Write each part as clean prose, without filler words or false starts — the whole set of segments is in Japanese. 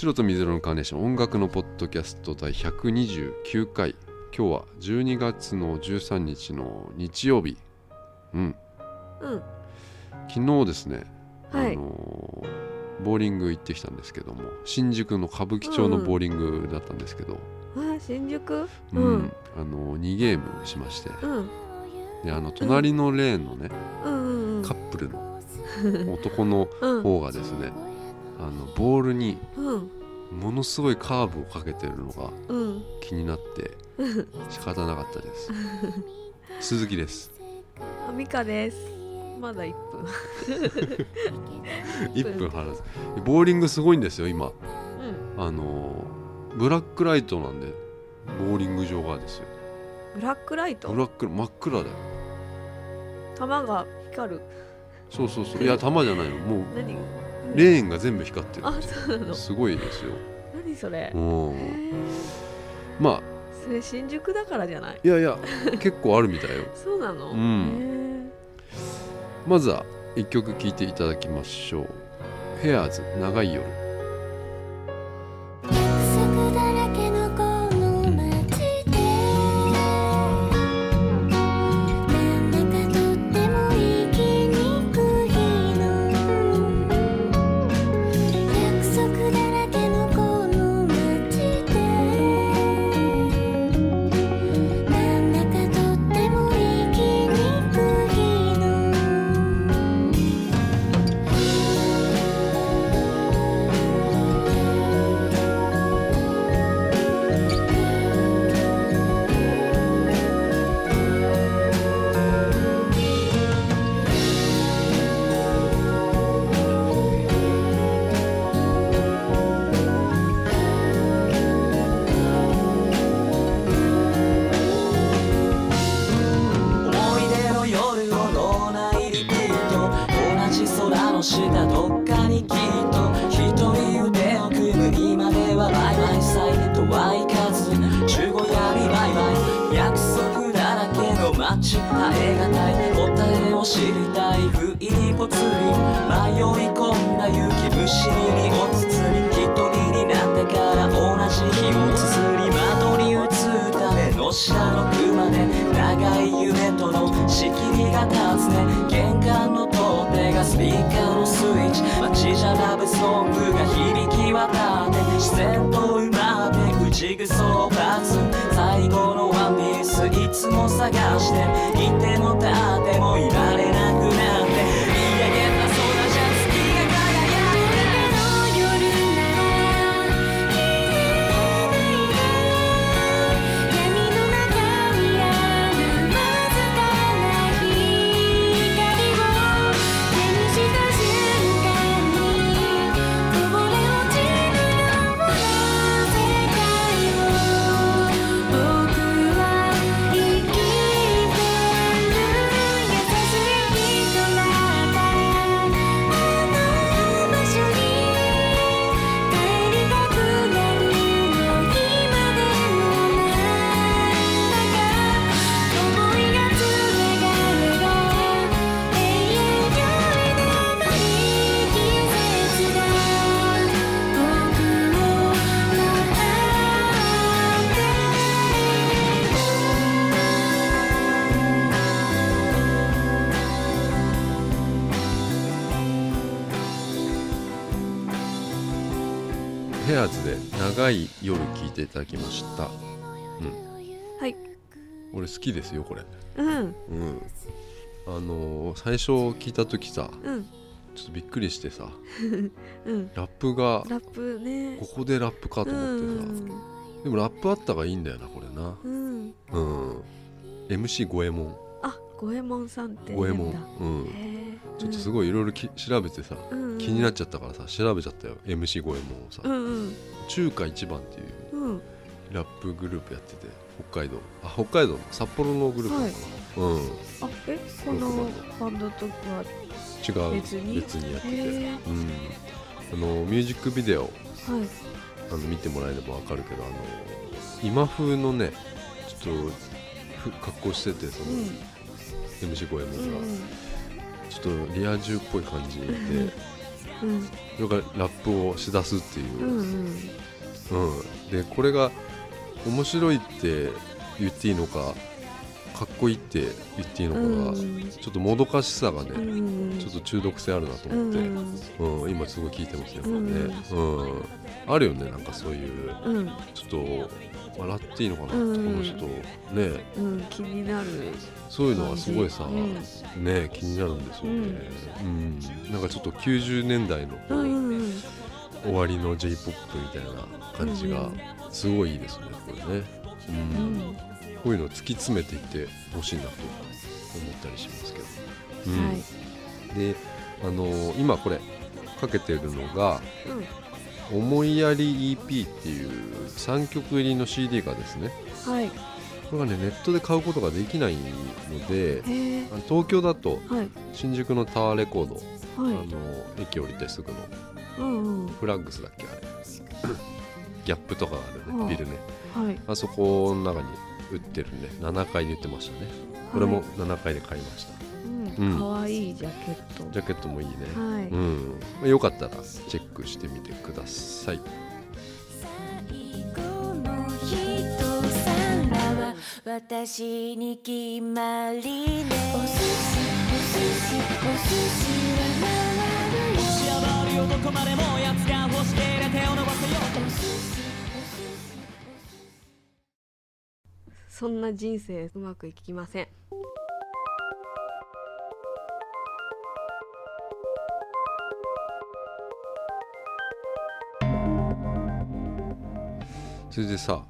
白と水色のカーネーション音楽のポッドキャスト第129回。今日は12月の13日の日曜日。昨日ですね、 はい、 ボーリング行ってきたんですけども、新宿の歌舞伎町のボーリングだったんですけど、 新宿、 2ゲームしまして、で隣のレーンのね、カップルの男の方がですね、ボールにものすごいカーブをかけてるのが気になって仕方なかったです。鈴木です。 ミカです。まだ1分 1分離ず。ボーリングすごいんですよ今、ブラックライトなんで、ボーリング場がですよ。 ブラックライト、 真っ暗だよ。 玉が光る。 そういや玉じゃないの、もうレーンが全部光ってる。 そうなの。 すごいですよ。 何それ。 まあそれ新宿だからじゃない。 いや結構あるみたいよ。 そうなの。 まずは1曲聴いていただきましょう。ヘアーズ長い夜。 最後のワンピースいつも探していても立ってもいられなくなって、見上げた空じゃ月が輝く。夢の夜なら消えないで、闇の中にあるわずかな光を手にした瞬間にこぼれ落ちるような世界を僕は生きてる。優しい人だったあの場所に帰りたくなるの、今でもなんだか思いがつながれば永遠より長い季節が僕を待ってヘアーズで長い夜聴いていただきました。 はい。 俺好きですよこれ。 うん最初聞いた時さ、ちょっとびっくりしてさ、ラップがラップね。 ここでラップかと思ってさ、でもラップあったがいいんだよなこれな。MC 五右衛門。 五右衛門さんって五右衛門。ちょっとすごいいろいろ調べてさ、気になっちゃったからさ調べちゃったよ MC 五右衛門をさ。中華一番っていうラップグループやってて、北海道の札幌のグループなのかな。 このバンドとは違う、別にやってて、ミュージックビデオ、見てもらえれば分かるけど、今風のねちょっと格好してて、その、MC 五右衛門が、ちょっとリア充っぽい感じでそれからラップをしだすっていう、でこれが面白いって言っていいのかかっこいいって言っていいのかが、ちょっともどかしさがね、ちょっと中毒性あるなと思って、今すごい聞いてますね、これね、あるよね、なんかそういう、ちょっと笑っていいのかな、この人ね、 気になる、 そういうのがすごいさ、ね、気になるんですよね、なんかちょっと90年代の終わりの J-POP みたいな感じがすごいいいですね、これね、こういうのを突き詰めていってほしいなと思ったりしますけど、で今これかけてるのが、思いやり EP っていう3曲入りの CD がですね、これがねネットで買うことができないので、東京だと新宿のタワーレコード、駅降りてすぐの、フラッグスだっけ、あれギャップとかがあるね、ビルね、あそこの中に売ってるね、7階で売ってましたね、これも7階で買いました。 かわいいジャケット、 ジャケットもいいね、よかったらチェックしてみてください。私に決まりね、お寿司お寿司お寿司は回る、押し上がるよどこまでもやつが欲しければ手を伸ばせよ、お寿司そんな人生うまくいきません。 それでさ、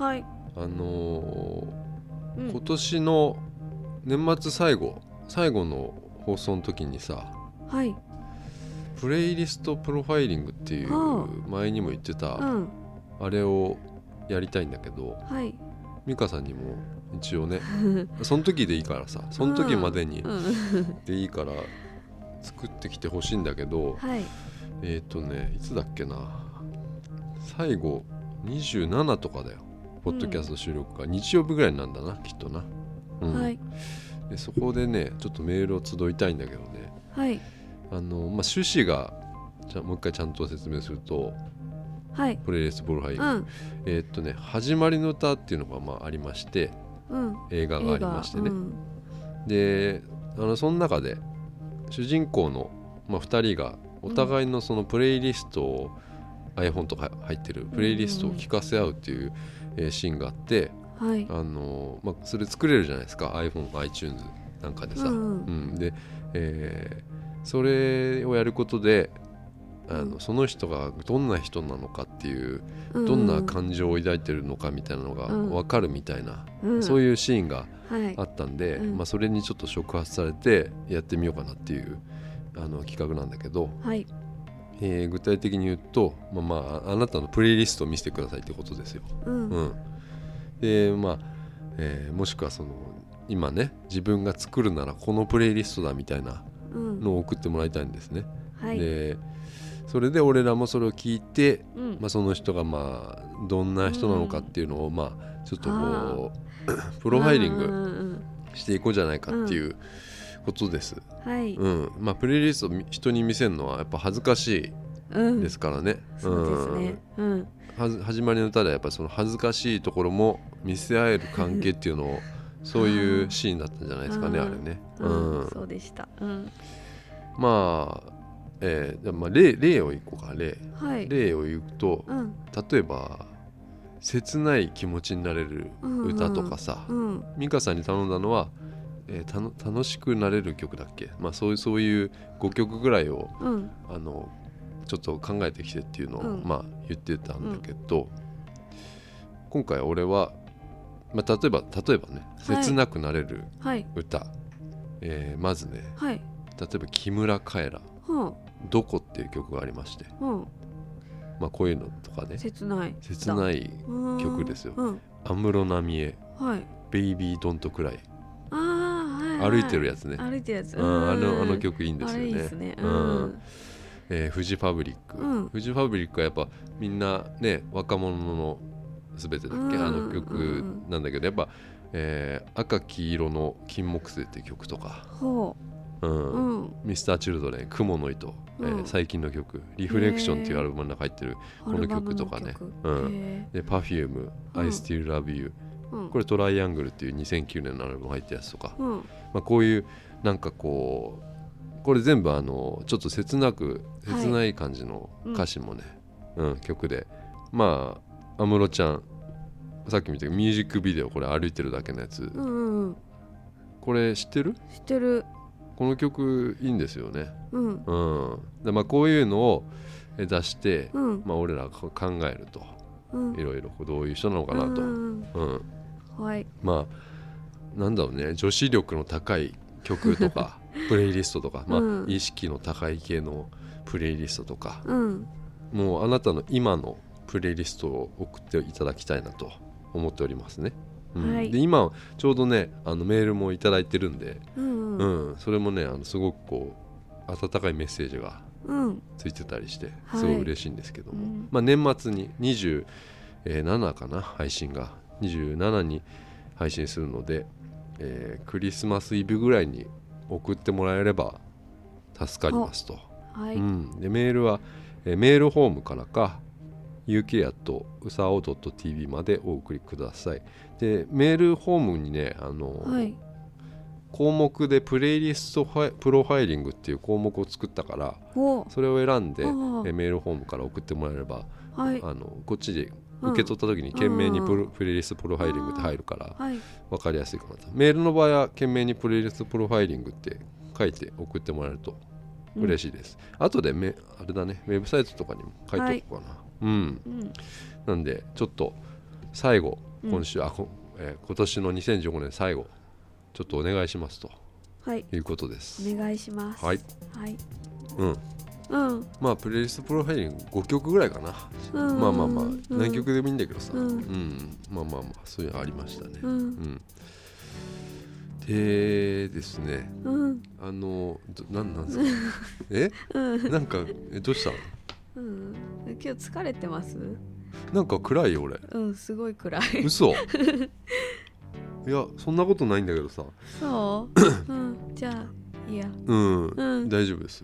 今年の年末最後の放送の時にさ、プレイリストプロファイリングっていう前にも言ってた、あれをやりたいんだけど、美香さんにも一応ねその時でいいからさ、その時までにでいいから作ってきてほしいんだけど、いつだっけな、最後27とかだよ、ポッドキャスト収録が、日曜日ぐらいなんだな、きっとな、でそこでねちょっとメールを集いたいんだけどね、趣旨がもう一回ちゃんと説明すると、プレイリストプロファイリング、始まりの歌っていうのがありまして、映画がありましてね、でその中で主人公の、2人がお互いのそのプレイリストを、iPhone とか入ってるプレイリストを聞かせ合うっていう、シーンがあって、それ作れるじゃないですか、 iPhone、iTunes なんかでさ、で、それをやることでその人がどんな人なのかっていう、どんな感情を抱いてるのかみたいなのが分かるみたいな、そういうシーンがあったんで、それにちょっと触発されてやってみようかなっていう企画なんだけど、具体的に言うと、あなたのプレイリストを見せてくださいってことですよ。でもしくはその今ね自分が作るならこのプレイリストだみたいなのを送ってもらいたいんですね。でそれで俺らもそれを聞いて、その人がどんな人なのかっていうのをちょっとこうプロファイリングしていこうじゃないかっていうことです。プレイリストを人に見せるのはやっぱ恥ずかしいですからね。始まりの歌ではやっぱりその恥ずかしいところも見せ合える関係っていうのをそういうシーンだったんじゃないですかね、あれね。 そうでした。 例をいこうか。例を言うと、例えば切ない気持ちになれる歌とかさ、美香さんに頼んだのは、楽しくなれる曲だっけ、そういう5曲ぐらいを、ちょっと考えてきてっていうのを、言ってたんだけど、今回俺は、例えばね、切なくなれる歌、まずね、例えば木村カエラ、どこっていう曲がありまして、こういうのとかね、切ない曲ですよ。安室奈美恵、ベイビードントクライ、歩いてるやつね、あの曲いいんですよね。フジファブリック、フジファブリックはやっぱみんなね、若者のすべてだっけ、曲なんだけど、やっぱ、赤黄色の金木犀っていう曲とか、 ミスターチルドレン雲の糸、最近の曲リフレクションっていうアルバムの中入ってるこの曲とかね、で Perfume I Still Love You、これトライアングルっていう2009年のアルバム入ったやつとか、こういうなんかこうこれ全部ちょっと切ない感じの歌詞もね、曲で安室ちゃんさっき見たミュージックビデオこれ歩いてるだけのやつ、これ知ってる？ 知ってる。 この曲いいんですよね。でこういうのを出して、俺らが考えると、いろいろどういう人なのかなと、なんだろうね、女子力の高い曲とかプレイリストとか、意識の高い系のプレイリストとか、もうあなたの今のプレイリストを送っていただきたいなと思っておりますね。で今ちょうどねメールもいただいてるんで、それもねすごくこう温かいメッセージがついてたりしてすごい嬉しいんですけども、年末に27かな、配信が27に配信するので、クリスマスイブぐらいに送ってもらえれば助かりますと。でメールは、メールフォームからかuk@usao.tv までお送りください。でメールフォームにね項目でプレイリストプロファイリングっていう項目を作ったから、それを選んでメールフォームから送ってもらえれば、こっちで受け取った時に懸命にプレイリストプロファイリングって入るから分かりやすいかなと。メールの場合は懸命にプレイリストプロファイリングって書いて送ってもらえると嬉しいです。あとであれだね、ウェブサイトとかにも書いておこうかな。なんでちょっと最後今週、今年の2015年最後ちょっとお願いしますと、いうことです。 お願いします。 プレイリストプロファイリング5曲ぐらいかな。何曲でもいいんだけどさ、そういうのありましたね。でですね、なんですかなんかどうしたの？ 今日疲れてます？ なんか暗いよ俺。 すごい暗い。 嘘？いやそんなことないんだけどさ。 そう？じゃあいいや。 大丈夫です。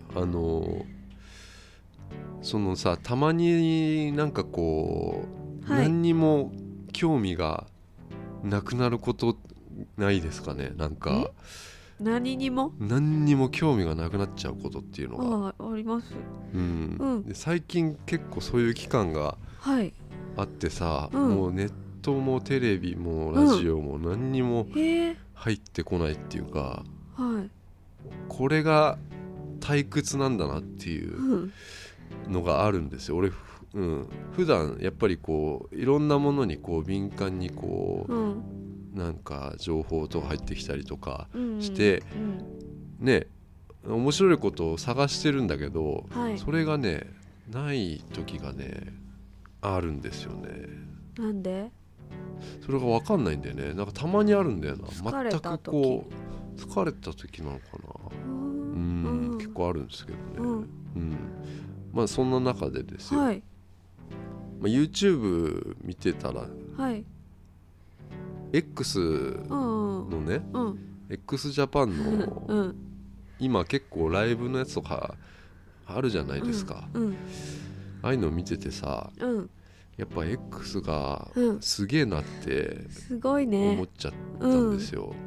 そのさ、たまになんかこう、何にも興味がなくなることないですかね。なんか何にも興味がなくなっちゃうことっていうのがあります。 で最近結構そういう期間があってさ、もうネットもテレビもラジオも何にも入ってこないっていうか、これが退屈なんだなっていうのがあるんですよ。俺普段やっぱりこういろんなものにこう敏感にこう、なんか情報とか入ってきたりとかして、ね、面白いことを探してるんだけど、それがねない時がねあるんですよね。 なんで？ それが分かんないんだよね。なんかたまにあるんだよな。全くこう疲れた時なのかな。結構あるんですけどね。そんな中でですよ、YouTube 見てたら、X のね、X ジャパンの、今結構ライブのやつとかあるじゃないですか。ああいうの見ててさ、やっぱ X がすげえなって思っちゃったんですよ。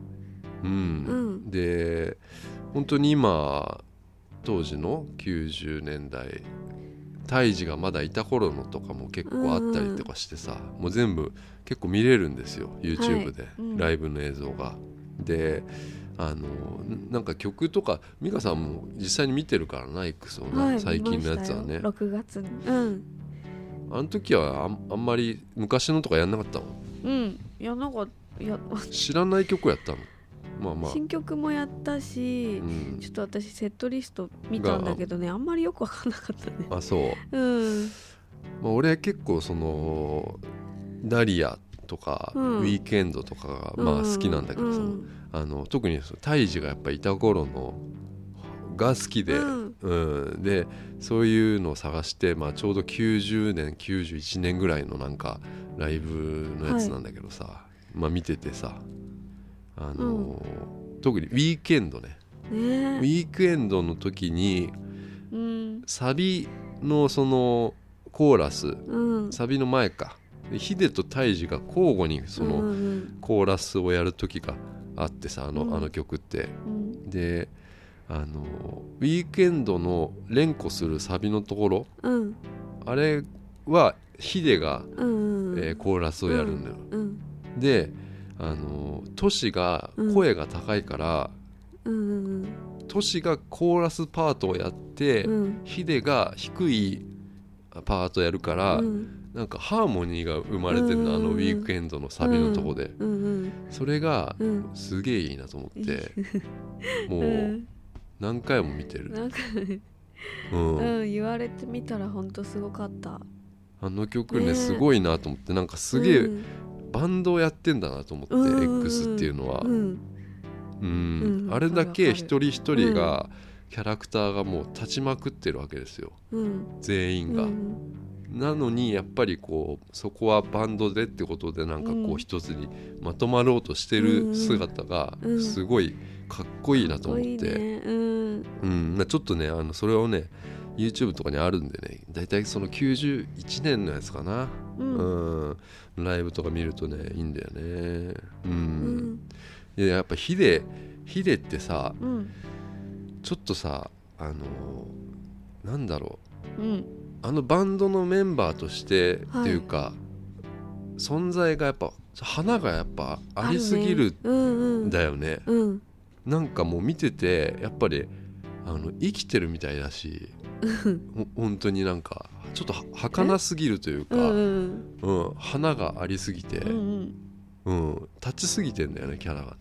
で本当に今当時の90年代胎児がまだいた頃のとかも結構あったりとかしてさ、もう全部結構見れるんですよ YouTube で、ライブの映像が。でなんか曲とか美香さんも実際に見てるからな X をな、最近のやつはね。 6月にあの時はあんまり昔のとかやんなかったの？ やんなかった。 知らない曲やったの？ 新曲もやったし、ちょっと私セットリスト見たんだけどね、あんまりよく分かんなかったね。 あ、そう。俺結構そのダリアとか、ウィークエンドとかが好きなんだけどさ、特に胎児がやっぱいた頃のが好きで、でそういうのを探して、ちょうど90年91年ぐらいのなんかライブのやつなんだけどさ、見ててさ、特にウィークエンドね、 ウィークエンドの時に、 うん、 サビのそのコーラス、 うん、 サビの前かヒデとタイジが交互にそのコーラスをやる時があってさ、あの曲って、うん、でウィークエンドの連呼するサビのところ、うん、あれはヒデが、コーラスをやるんだよ、うん、でトシが声が高いから、トシがコーラスパートをやって、ヒデが低いパートやるから、なんかハーモニーが生まれてるの、ウィークエンドのサビのとこで、それがすげえいいなと思って、もう何回も見てる。なんか言われてみたらほんとすごかった。 あの曲ねすごいなと思って、なんかすげえバンドをやってんだなと思って、X っていうのは、あれだけ一人一人がキャラクターがもう立ちまくってるわけですよ、全員が、なのにやっぱりこうそこはバンドでってことでなんかこう一つにまとまろうとしてる姿がすごいかっこいいなと思って、ちょっとねそれをね YouTube とかにあるんでね、だいたいその91年のやつかな、ライブとか見るとねいいんだよね。でやっぱヒデってさ、ちょっとさなんだろう、バンドのメンバーとしてっていうか、存在がやっぱ花がやっぱありすぎるんだよね。なんかもう見ててやっぱり生きてるみたいだし本当になんかちょっと儚すぎるというか、花がありすぎて、立ちすぎてんだよねキャラが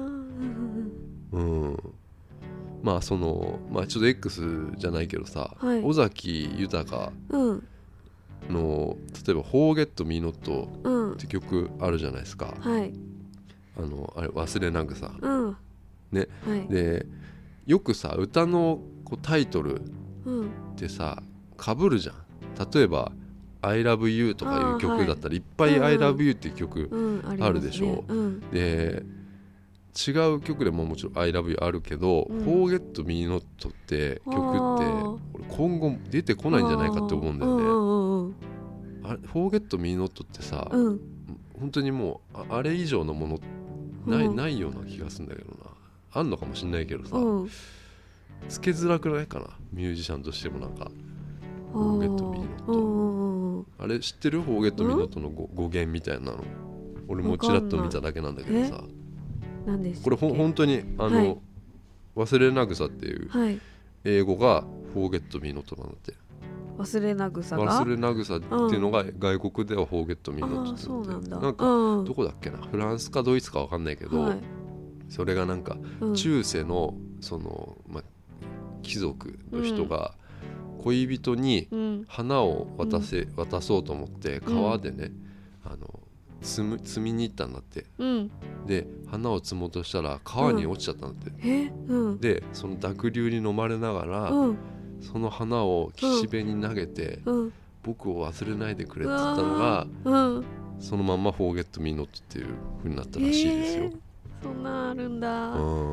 ね。まあちょっと X じゃないけどさ、尾崎豊の例えば「Forget Me Not」って曲あるじゃないですか、あれ忘れなぐさ、ね、でよくさ歌のタイトルってさ被るじゃん。例えばI love you とかいう曲だったらいっぱい I love you っていう曲あるでしょ。で違う曲でももちろん I love you あるけど、Forget Me Not って曲って今後出てこないんじゃないかって思うんだよね。Forget Me Not ってさ、本当にもうあれ以上のものないような気がするんだけどな。あんのかもしんないけどさ、つけづらくないかなミュージシャンとしても。なんかForget Me Not、あれ知ってる？ Forget Me Not の語源みたいなの。俺もちらっと見ただけなんだけどさ、これ本当に忘れなぐさっていう英語が Forget Me Not なんだって。 忘れなぐさっていうのが外国では Forget Me Not って言って、なんかどこだっけな、フランスかドイツか分かんないけど、それがなんか中世のその貴族の人が恋人に花を渡そうと思って川でね摘みに行ったんだって、で花を摘もうとしたら川に落ちちゃったんだって、でその濁流に飲まれながら、その花を岸辺に投げて、僕を忘れないでくれって言ったのが、そのまんま Forget Me Not っていう風になったらしいですよ。 そんなんあるんだ。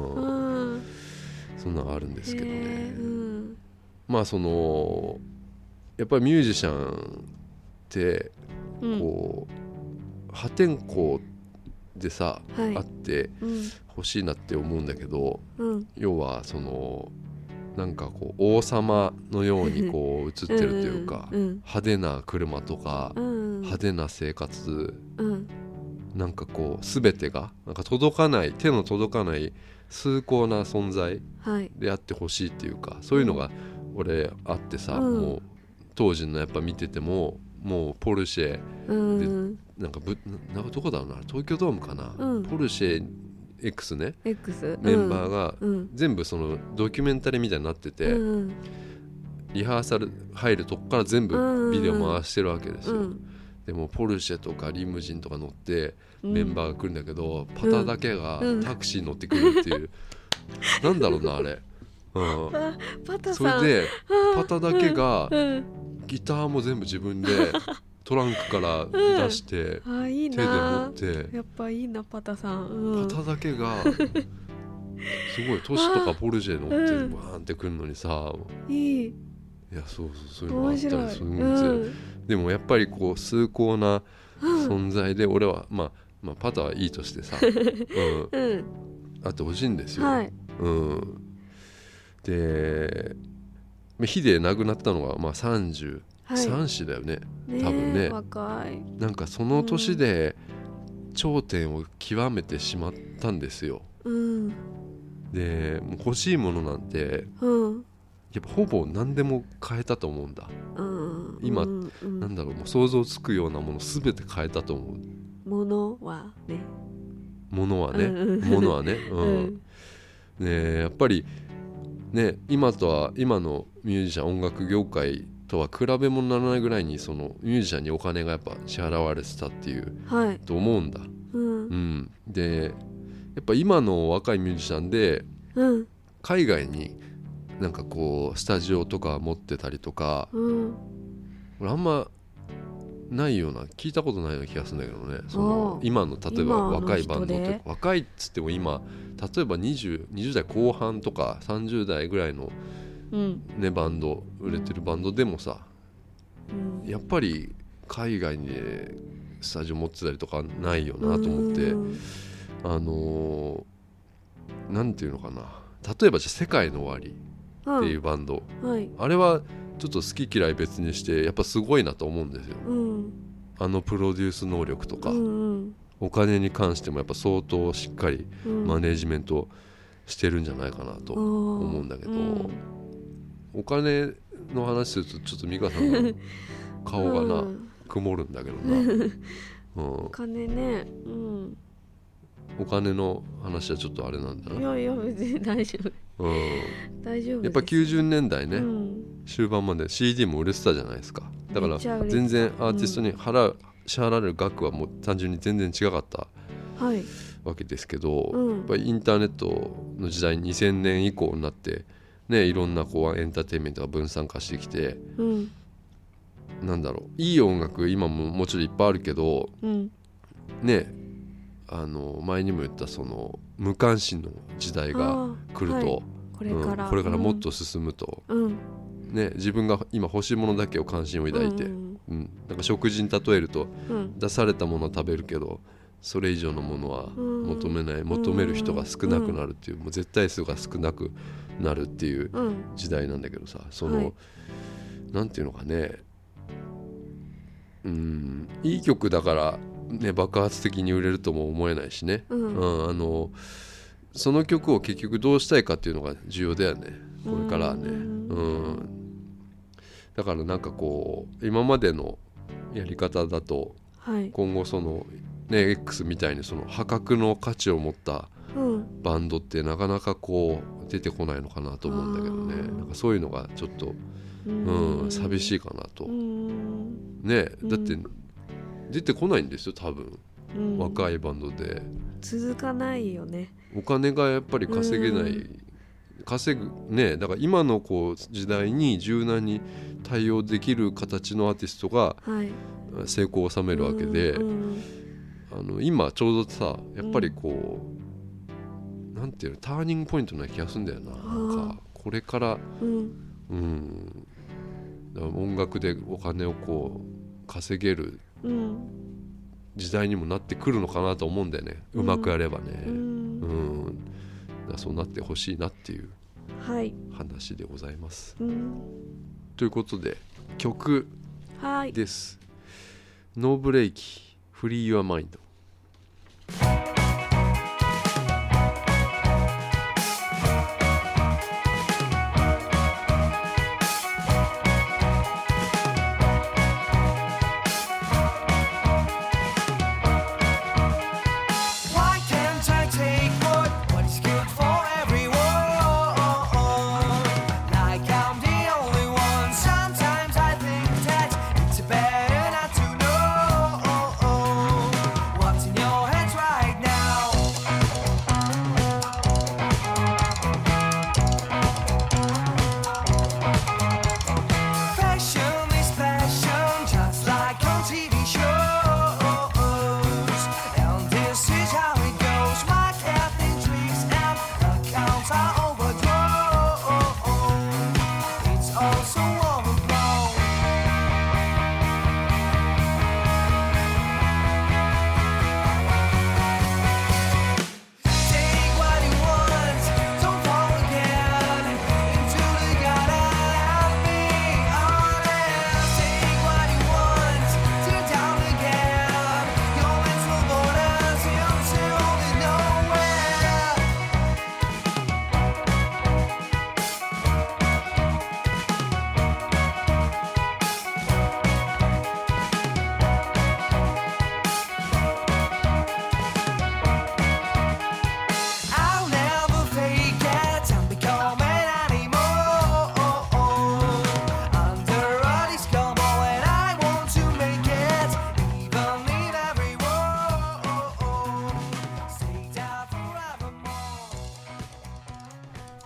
そんなんあるんですけどね、まあやっぱりミュージシャンってこう、破天荒でさ、あってほしいなって思うんだけど、要はなんかこう王様のようにこう映ってるというか、派手な車とか、派手な生活、なんかこう全てがなんか手の届かない崇高な存在であってほしいっていうか、そういうのが俺あってさ、もう当時のやっぱ見ててももうポルシェで、なんかどこだろうな、東京ドームかな、ポルシェ X ね、メンバーが全部そのドキュメンタリーみたいになってて、リハーサル入るとこから全部ビデオ回してるわけですよ。でもポルシェとかリムジンとか乗ってメンバーが来るんだけど、パタだけがタクシー乗ってくるっていう、なんだろうなあれ、それでパタだけがギターも全部自分でトランクから出して手で持って、 やっぱいいなパタさん、 パタだけがすごい都市とかポルシェ乗ってバーンってくるのにさ、 いやそういうのがあったりするん面白い、 でもやっぱりこう崇高な存在で、俺はまあパターはいいとしてさ、あってほしいんですよ、でヒデ亡くなったのがまあ33歳だよね、多分ね。 若い。 なんかその年で頂点を極めてしまったんですよ、でもう欲しいものなんて、やっぱほぼ何でも買えたと思うんだ、今、なんだろう、もう想像つくようなもの全て買えたと思う。 ものはね、 ね、やっぱりね、今のミュージシャン、音楽業界とは比べ物にならないぐらいにそのミュージシャンにお金がやっぱ支払われてたっていう、と思うんだ、でやっぱ今の若いミュージシャンで、海外になんかこうスタジオとか持ってたりとか、俺あんまないような、聞いたことないような気がするんだけどね。その今の例えば若いバンドって、若いっつっても今例えば20代後半とか30代ぐらいの、バンド、売れてるバンドでもさ、やっぱり海外にスタジオ持ってたりとかないよなと思って、なんていうのかな、例えばじゃあ世界の終わりっていうバンド、あれはちょっと好き嫌い別にしてやっぱすごいなと思うんですよ、あのプロデュース能力とか、お金に関してもやっぱ相当しっかりマネージメントしてるんじゃないかなと思うんだけど、お金の話するとちょっと美香さんの顔がな、曇るんだけどな、 お金ね、 お金の話はちょっとあれなんだな。 いや別に大丈夫、大丈夫です。 やっぱ90年代ね、終盤まで CD も売れてたじゃないですか。だから全然アーティストに支払われる額はもう単純に全然違かったわけですけど、やっぱりインターネットの時代2000年以降になってね、いろんなこうエンターテインメントが分散化してきて、なんだろう、いい音楽今ももちろんいっぱいあるけど、ね、前にも言ったその無関心の時代が来ると、これからもっと進むと、ね、自分が今欲しいものだけを関心を抱いて、なんか食事に例えると、出されたものを食べるけどそれ以上のものは求める人が少なくなるっていう、もう絶対数が少なくなるっていう時代なんだけどさ、その、なんていうのかね、いい曲だからね、爆発的に売れるとも思えないしね、その曲を結局どうしたいかっていうのが重要だよね、これからはね。だからなんかこう今までのやり方だと、今後そのね X みたいにその破格の価値を持ったバンドってなかなかこう出てこないのかなと思うんだけどね。なんかそういうのがちょっと、寂しいかなと、ね、だって出てこないんですよ多分、若いバンドで続かないよね。 お金がやっぱり稼げない、稼ぐね。だから今のこう時代に柔軟に対応できる形のアーティストが成功を収めるわけで、今ちょうどさ、やっぱりこうなんていうの、ターニングポイントな気がするんだよな。なんかこれから、だから音楽でお金をこう稼げる時代にもなってくるのかなと思うんだよね、うまくやればね。だからそうなってほしいなっていう話でございます、ということで曲です、ノーブレーキフリーユアマインド。 Right now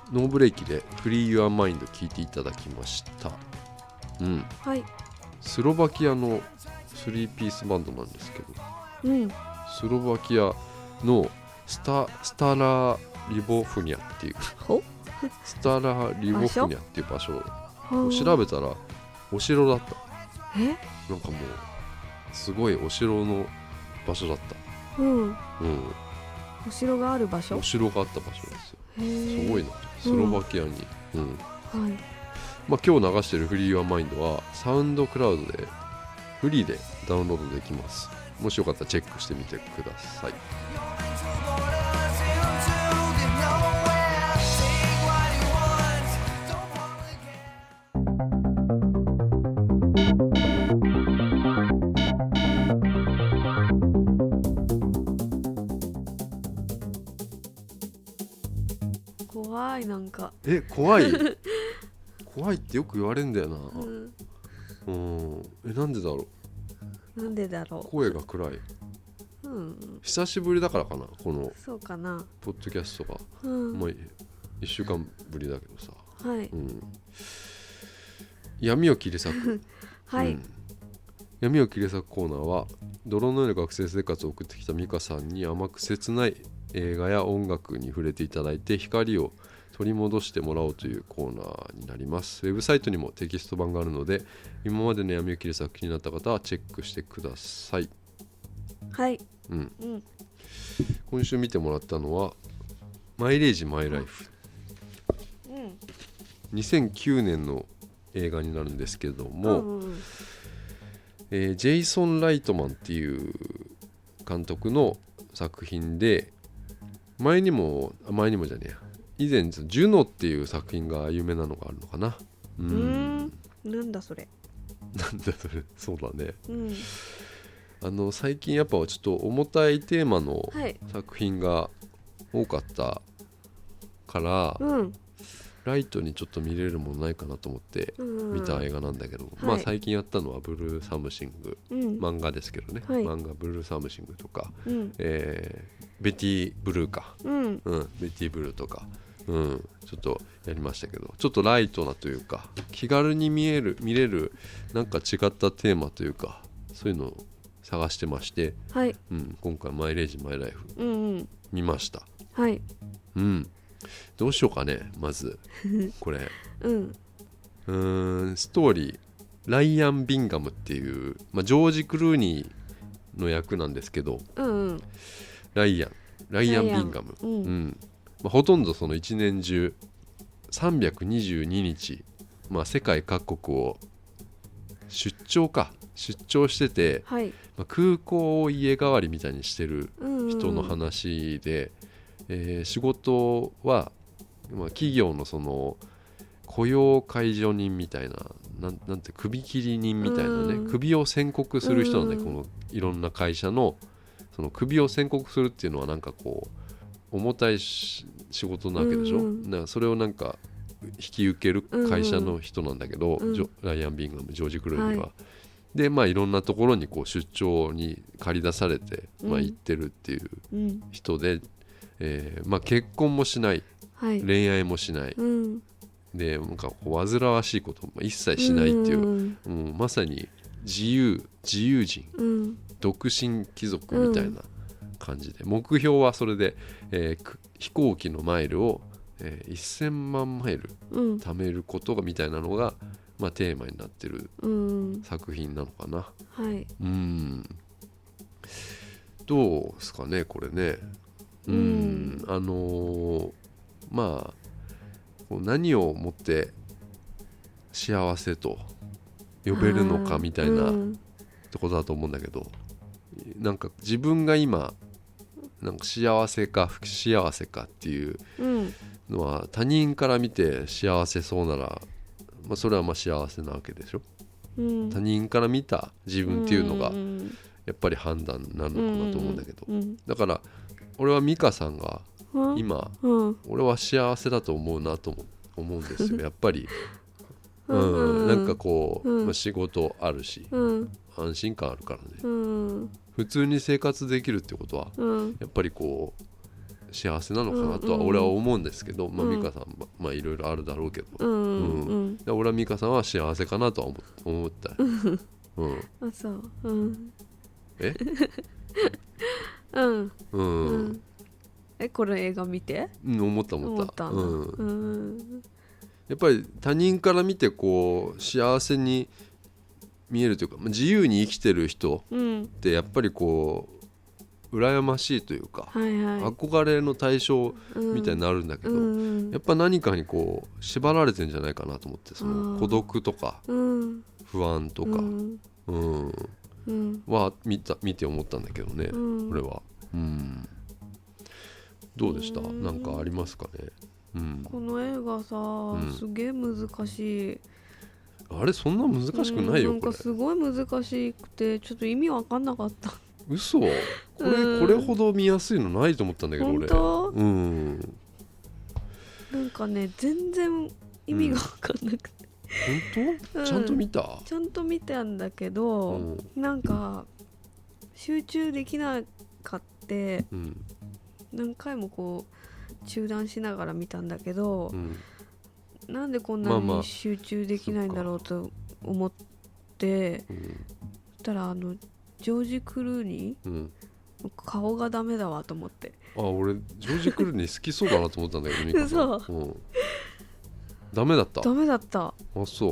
ノーブレーキでフリーユアマインド聞いていただきました。 はい。 スロバキアの3ピースバンドなんですけど、スロバキアのスタラリボフニャっていうスタラリボフニャっていう場所を調べたらお城だった。なんかもうすごいお城の場所だった。 お城がある場所？ お城があった場所ですよ。すごいな。スロバキアに。まあ、今日流してるフリーユアマインドはサウンドクラウドでフリーでダウンロードできます。もしよかったらチェックしてみてください。 怖い。なんか怖い怖いってよく言われるんだよな。なんでだろう。声が暗い。久しぶりだからかな、このそうかなポッドキャストが。まあ1週間ぶりだけどさ。闇を切り裂く闇を切り裂くコーナーは泥のような学生生活を送ってきた美香さんに甘く切ない映画や音楽に触れていただいて光を取り戻してもらおうというコーナーになります。ウェブサイトにもテキスト版があるので今までの闇を切り裂く気になった方はチェックしてください。今週見てもらったのはマイレージマイライフ、2009年の映画になるんですけども、ジェイソン・ライトマンっていう監督の作品で前にもじゃねえや以前ジュノっていう作品が有名なのがあるのかな。 なんだそれそうだね。最近やっぱちょっと重たいテーマの作品が多かったから、ライトにちょっと見れるものないかなと思って見た映画なんだけど、まあ最近やったのはブルーサムシング、漫画ですけどね、漫画ブルーサムシングとか、ベティブルーか、ベティブルーとか、ちょっとやりましたけど、ちょっとライトなというか気軽に見れるなんか違ったテーマというかそういうのを探してまして、今回マイレージマイライフ見ました。どうしようかね。まずこれストーリーライアン・ビンガムっていう、ジョージ・クルーニーの役なんですけど、ライアン・ビンガム、ほとんどその一年中322日、世界各国を出張してて、空港を家代わりみたいにしてる人の話で、仕事は、企業のその雇用介助人みたいな、なんて首切り人みたいなね、首を宣告する人なんで、このいろんな会社のその首を宣告するっていうのはなんかこう重たい仕事なわけでしょ。だからそれをなんか引き受ける会社の人なんだけど、ライアン・ビンガム、ジョージ・クルーニーは、でいろんなところにこう出張に借り出されて、行ってるっていう人で、結婚もしない、恋愛もしない、でなんかこう煩わしいことも一切しないっていう、まさに自由人、独身貴族みたいな感じで、目標はそれで、飛行機のマイルを、1000万マイル貯めることがみたいなのが、テーマになってる作品なのかな。どうですかねこれね。何をもって幸せと呼べるのかみたいなところだと思うんだけど、なんか自分が今なんか幸せか不幸せかっていうのは、他人から見て幸せそうなら、それは幸せなわけでしょ。他人から見た自分っていうのがやっぱり判断になるのかなと思うんだけど、だから俺は美香さんが今、俺は幸せだと思うなと思うんですよやっぱり。なんかこう、仕事あるし、安心感あるからね、普通に生活できるってことは、やっぱりこう幸せなのかなとは俺は思うんですけど、美香さんまあいろいろあるだろうけど、俺は美香さんは幸せかなとは思った。 あ、そう。この映画見て？ 思った。やっぱり他人から見てこう幸せに見えるというか、自由に生きてる人ってやっぱりこう羨ましいというか、憧れの対象みたいになるんだけど、やっぱ何かにこう縛られてんじゃないかなと思って、その孤独とか不安とかは見て思ったんだけどね、俺は。どうでした？なんかありますかね？ この映画さ、すげえ難しい。 あれそんな難しくないよ、 なんかすごい難しくてちょっと意味わかんなかった。 嘘？これほど見やすいのないと思ったんだけど俺。 本当？なんかね全然意味がわかんなくて。 本当？ちゃんと見た？ ちゃんと見たんだけど、なんか集中できなかって、何回もこう中断しながら見たんだけど、なんでこんなに集中できないんだろうと思って、そしたらジョージ・クルーニー、顔がダメだわと思って。 俺ジョージ・クルーニー好きそうだなと思ったんだけどそう、 ダメだった？ ダメだった。 あ、そう。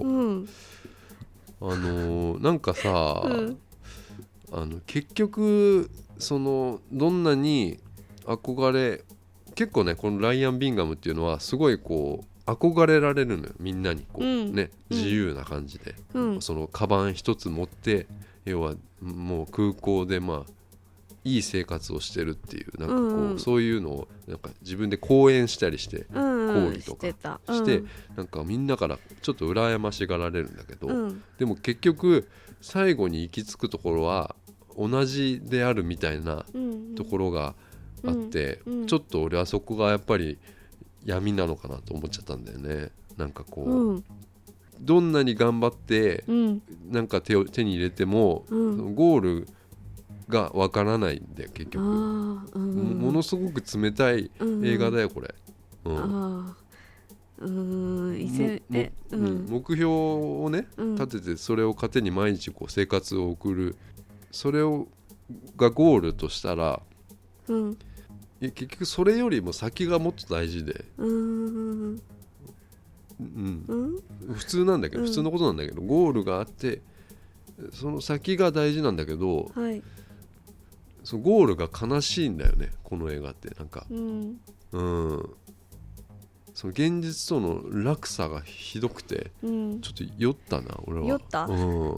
なんかさ、結局そのどんなに憧れ、結構ねこのライアン・ビンガムっていうのはすごいこう憧れられるのよ、みんなにこう、自由な感じで、そのカバン一つ持って要はもう空港でいい生活をしてるっていう、なんかこう、そういうのをなんか自分で講演したりして、講義とかして、なんかみんなからちょっと羨ましがられるんだけど、でも結局最後に行き着くところは同じであるみたいなところがあって、ちょっと俺はそこがやっぱり闇なのかなと思っちゃったんだよね。なんかこう、どんなに頑張ってなんか手に入れても、ゴールがわからないんで結局、ものすごく冷たい映画だよこれ。目標をね立てて、それを糧に毎日こう生活を送る、それがゴールとしたら、結局それよりも先がもっと大事で、普通なんだけど、普通のことなんだけど、ゴールがあってその先が大事なんだけど、そのゴールが悲しいんだよねこの映画って。なんかその現実との落差がひどくて、ちょっと酔ったな俺は。 酔った？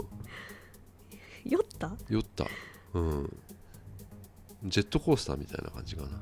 酔った？ 酔った。ジェットコースターみたいな感じかな。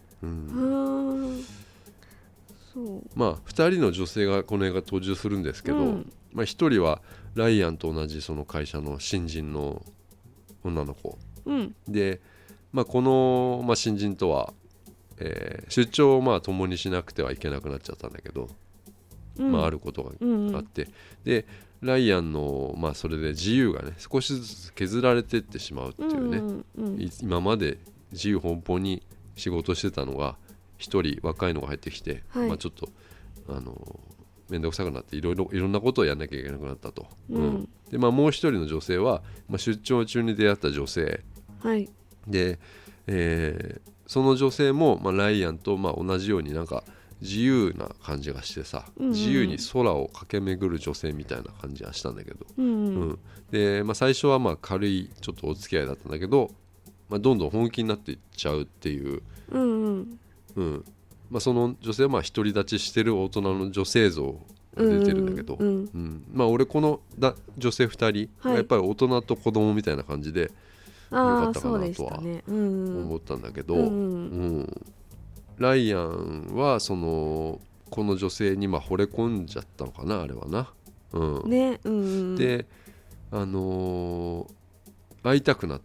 そう。2人の女性がこの映画登場するんですけど、1人はライアンと同じその会社の新人の女の子、で、この、新人とは、出張を共にしなくてはいけなくなっちゃったんだけど、あることがあって、でライアンの、それで自由がね少しずつ削られていってしまうっていうね、今まで自由奔放に仕事してたのが一人若いのが入ってきて、ちょっと面倒くさくなっていろんなことをやんなきゃいけなくなったと、でもう一人の女性は、出張中に出会った女性、で、その女性も、ライアンと同じようになんか自由な感じがしてさ、自由に空を駆け巡る女性みたいな感じがしたんだけど、で、最初は軽いちょっとお付き合いだったんだけど、どんどん本気になっていっちゃうっていう、その女性は独り立ちしてる大人の女性像が出てるんだけど、俺この女性2人がやっぱり大人と子供みたいな感じでよかったかなとは思ったんだけど、ライアンはこの女性に惚れ込んじゃったのかな、あれはな。で会いたくなって、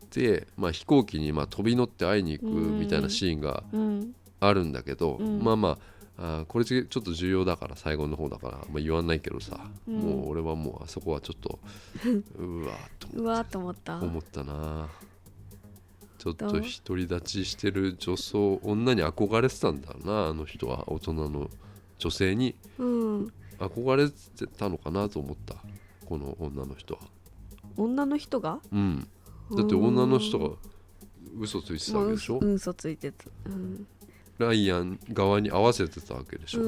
飛行機に飛び乗って会いに行くみたいなシーンがあるんだけど、これちょっと重要だから最後の方だから、言わないけどさ、もう俺はもうあそこはちょっとうわーと思ったな。 ちょっと独り立ちしてる女に憧れてたんだろうな、あの人は。大人の女性に憧れてたのかなと思った、この女の人は。 女の人が？ うん。だって女の人が嘘ついてたわけでしょ。 嘘ついてた、 ライアン側に合わせてたわけでしょ。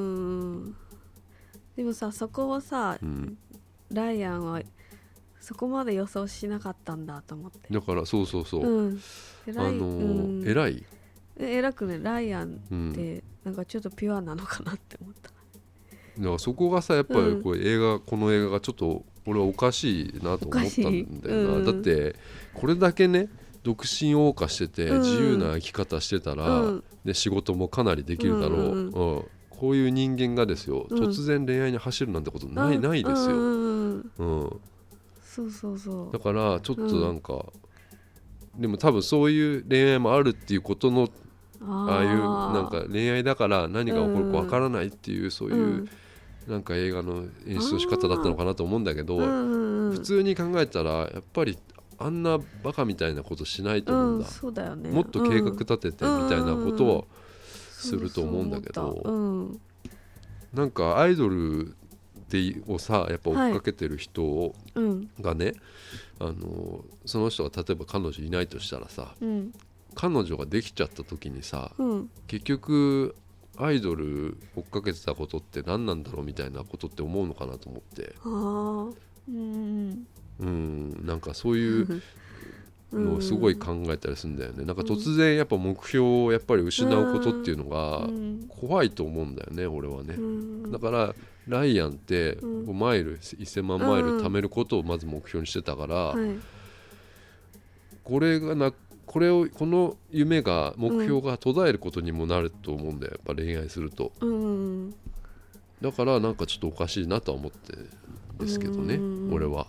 でもさ、そこをさ、ライアンはそこまで予想しなかったんだと思って。 だからそう、偉くね、ライアンってなんかちょっとピュアなのかなって思った。 だからそこがさ、やっぱりこの映画がちょっと俺はおかしいなと思ったんだよな。だってこれだけね独身謳歌してて自由な生き方してたら、で仕事もかなりできるだろう、こういう人間がですよ、突然恋愛に走るなんてことないですよ。だからちょっとなんか、でも多分そういう恋愛もあるっていうことの、ああいうなんか恋愛だから何が起こるかわからないっていう、そういうなんか映画の演出の仕方だったのかなと思うんだけど、普通に考えたらやっぱりあんなバカみたいなことしないと思うんだ。 そうだよね。 もっと計画立ててみたいなことをすると思うんだけど、なんかアイドルをさやっぱ追っかけてる人がね、その人が例えば彼女いないとしたらさ、彼女ができちゃった時にさ、結局アイドル追っかけてたことって何なんだろうみたいなことって思うのかなと思って。なんかそういうのをすごい考えたりするんだよね。なんか突然やっぱ目標をやっぱり失うことっていうのが怖いと思うんだよね、俺はね。だからライアンってマイル1000万マイル貯めることをまず目標にしてたから、この夢が目標が途絶えることにもなると思うんだよ、やっぱ恋愛すると。だからなんかちょっとおかしいなとは思ってですけどね、俺は。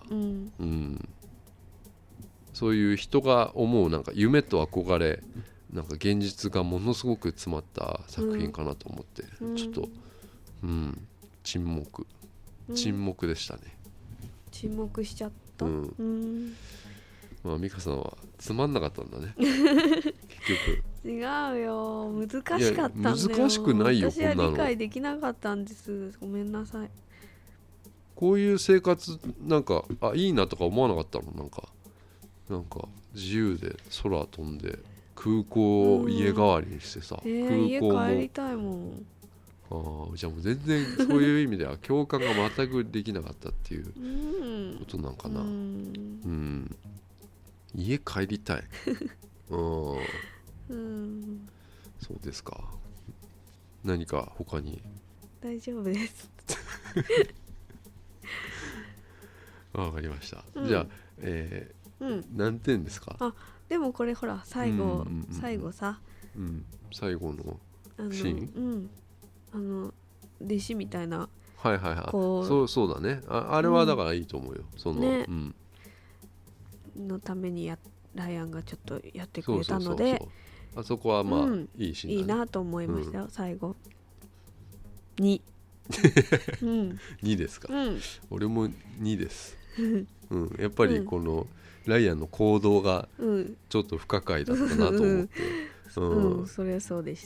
そういう人が思うなんか夢と憧れ、なんか現実がものすごく詰まった作品かなと思って、ちょっと沈黙でしたね。 沈黙しちゃった。 まあ美香さんはつまんなかったんだね結局。違うよ、難しかったんだよ。 難しくないよ、 私は理解できなかったんです。ごめんなさい。 こういう生活なんかいいなとか思わなかったの？なんか自由で空飛んで空港を家代わりにしてさ、空港も家帰りたいもん。 じゃあもう全然そういう意味では共感が全くできなかったっていうことなんかな。家帰りたいそうですか。何か他に？ 大丈夫ですわかりました。じゃあ、何点ですか？ でもこれほら最後さ、 最後のシーン、 弟子みたいな、 そうだね。あれはだからいいと思うよ。その、 のためにライアンがちょっとやってくれたので、 あそこはまあ、いいシーンだね。 いいなと思いましたよ、最後2 2ですか？俺も2です。やっぱりこのライアンの行動がちょっと不可解だったなと思って、 それはそうでした。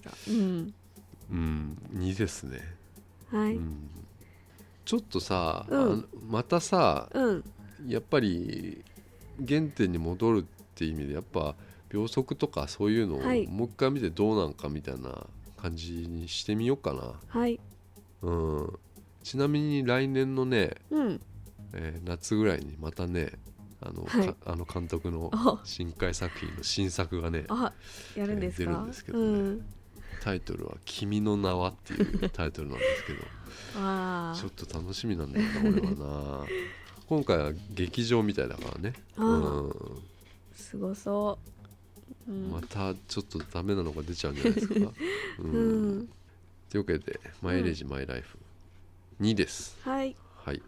2ですね。 はい。 ちょっとさ、またさ、やっぱり原点に戻るっていう意味でやっぱ秒速とかそういうのをもう一回見てどうなんかみたいな感じにしてみようかな。 はい。 ちなみに来年のね、夏ぐらいにまたね、監督の新海作品の新作がねやるんですか？ 出るんですけどね、タイトルは君の名はっていうタイトルなんですけどちょっと楽しみなんだよな俺はな今回は劇場みたいだからね。 すごそう、 またちょっとダメなのが出ちゃうんじゃないですか。というわけでマイレージマイライフ2です。 はい、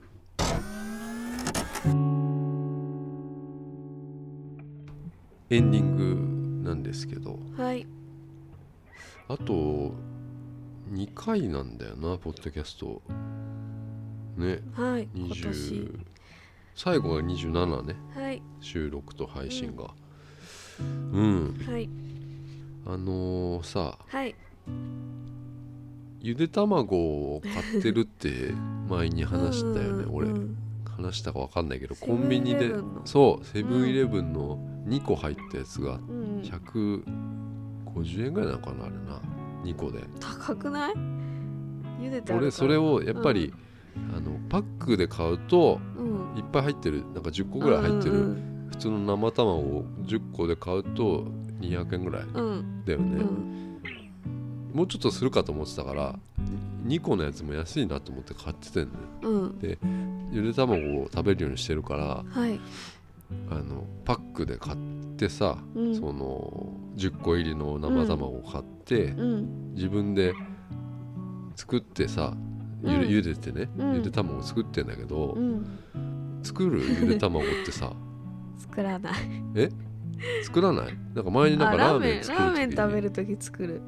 エンディングなんですけど、あと2回なんだよなポッドキャストね。 今年最後が27ね、収録と配信が。 うん。 はい。 さ、 はい。 ゆで卵を買ってるって前に話したよね、俺。話したか分かんないけど、コンビニで、そう、セブンイレブンの2個入ったやつが150円ぐらいなのかな、あれな。2個で。 高くない？茹でてあるから。 俺、それをやっぱり、パックで買うと、いっぱい入ってる、なんか10個ぐらい入ってる、普通の生卵を10個で買うと200円ぐらいだよね。もうちょっとするかと思ってたから2個のやつも安いなと思って買っててんのよ、でゆで卵を食べるようにしてるから、 はい、 パックで買ってさ、その10個入りの生卵を買って、自分で作ってさゆでてね、ゆで卵を作ってんだけど、作るゆで卵ってさ作らない作らない？なんか前になんかラーメン食べるとき作る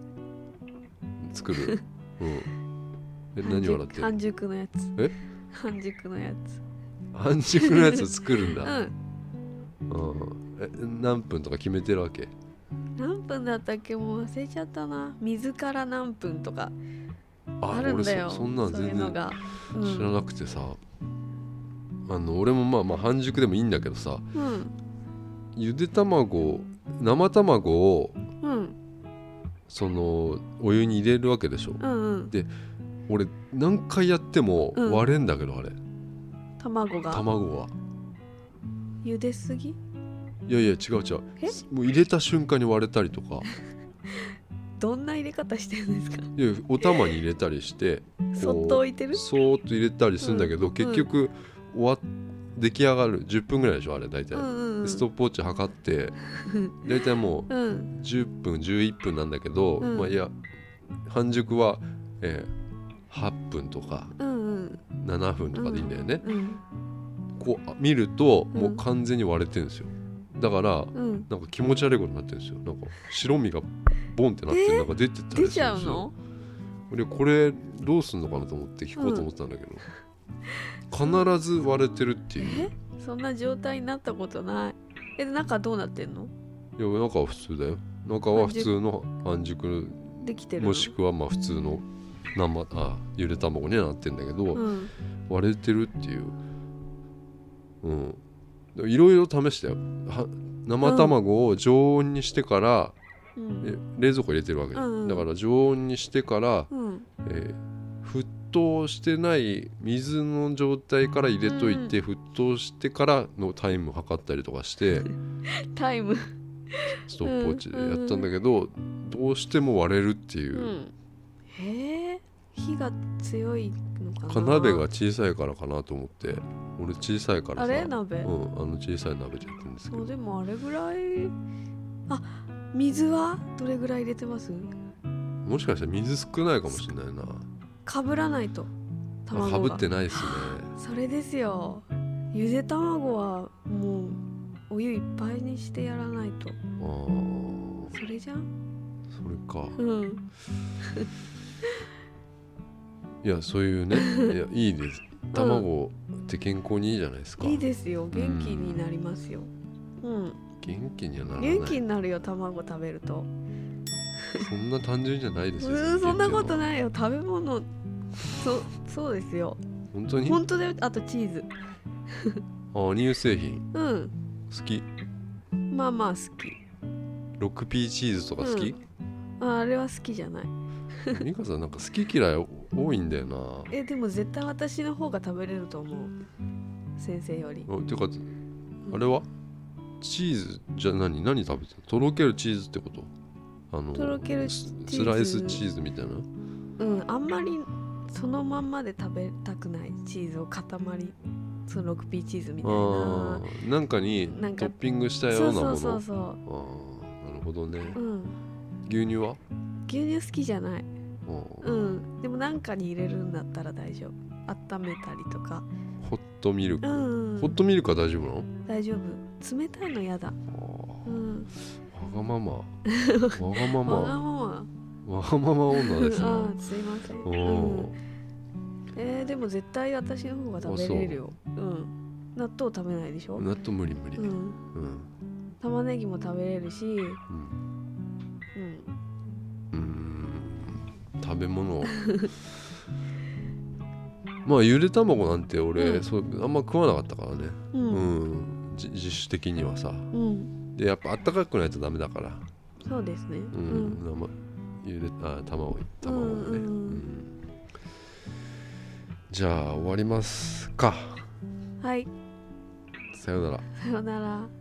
何笑ってる？ 半熟のやつ。半熟のやつ。 半熟のやつ作るんだ。何分とか決めてるわけ？ 何分だったっけ、もう忘れちゃったな。水から何分とかあるんだよ。 俺そんなん全然知らなくてさ、俺もまあ半熟でもいいんだけどさ、ゆで卵、生卵をそのお湯に入れるわけでしょ、で俺何回やっても割れんだけど、あれ卵が茹ですぎ？ いや違うもう入れた瞬間に割れたりとかどんな入れ方してるんですか？ いやお玉に入れたりしてそっと置いてる？ そーっと入れたりするんだけど、結局出来上がる10分ぐらいでしょ、あれ大体、ストップウォッチ測って大体もう10分11分なんだけど、いや半熟は、8分とか、7分とかでいいんだよね、こう見るともう完全に割れてるんですよ。だから、なんか気持ち悪いことになってるんですよ。なんか白身がボンってなってなんか出てったりするんですよ。出ちゃうの？俺これどうすんのかなと思って聞こうと思ったんだけど、必ず割れてるっていう。 そんな状態になったことない。中どうなってんの？ いや中は普通だよ。中は普通の半熟できてるの？ もしくはまあ普通のゆで卵にはなってんだけど、割れてるっていう。いろいろ試したよ。生卵を常温にしてから、冷蔵庫入れてるわけ、だから常温にしてから、沸騰してない水の状態から入れといて、沸騰してからのタイム測ったりとかしてタイムストップウォッチでやったんだけど、どうしても割れるっていう、 火が強いのかな。 鍋が小さいからかなと思って。俺小さいからさ、 あれ鍋、 小さい鍋でやってるんですけど。 でもあれぐらい。水はどれぐらい入れてます？ もしかしたら水少ないかもしれないな。 かぶらないと卵が。 かぶってないですね。 それですよ。ゆで卵はもうお湯いっぱいにしてやらないと。それじゃん。 それか。いやそういうね、いやいいです。卵って健康にいいじゃないですか。 いいですよ。元気になりますよ。 元気にはならない。 元気になるよ、卵食べると。 そんな単純じゃないですよ。 そんなことないよ。食べ物そうですよ。 本当に？ 本当だよ。あとチーズ。 乳製品。好き？ まあ好き。 6P チーズとか好き？ あれは好きじゃない。 ミカさんなんか好き嫌い多いんだよな。 でも絶対私の方が食べれると思う、先生より。 てかあれはチーズじゃ何食べてる？とろけるチーズってこと？ とろけるチーズ、 スライスチーズみたいな。 あんまりそのまんまで食べたくない。チーズを塊、その 6P チーズみたいな。 なんかにトッピングしたようなもの。 そう。 なるほどね。牛乳は？ 牛乳好きじゃない。でもなんかに入れるんだったら大丈夫。温めたりとか。 ホットミルク。ホットミルクは大丈夫なの？ 大丈夫。冷たいの嫌だ。 わがまま。わがまま女ですね。 すいません。でも絶対私の方が食べれるよ。納豆食べないでしょ？ 納豆無理。 玉ねぎも食べれるし、 食べ物まあゆで卵なんて俺、あんま食わなかったからね、自主的にはさ、でやっぱあったかくないとダメだから。 そうですね。 卵ね、じゃあ終わりますか。 はい、 さよなら。 さよなら。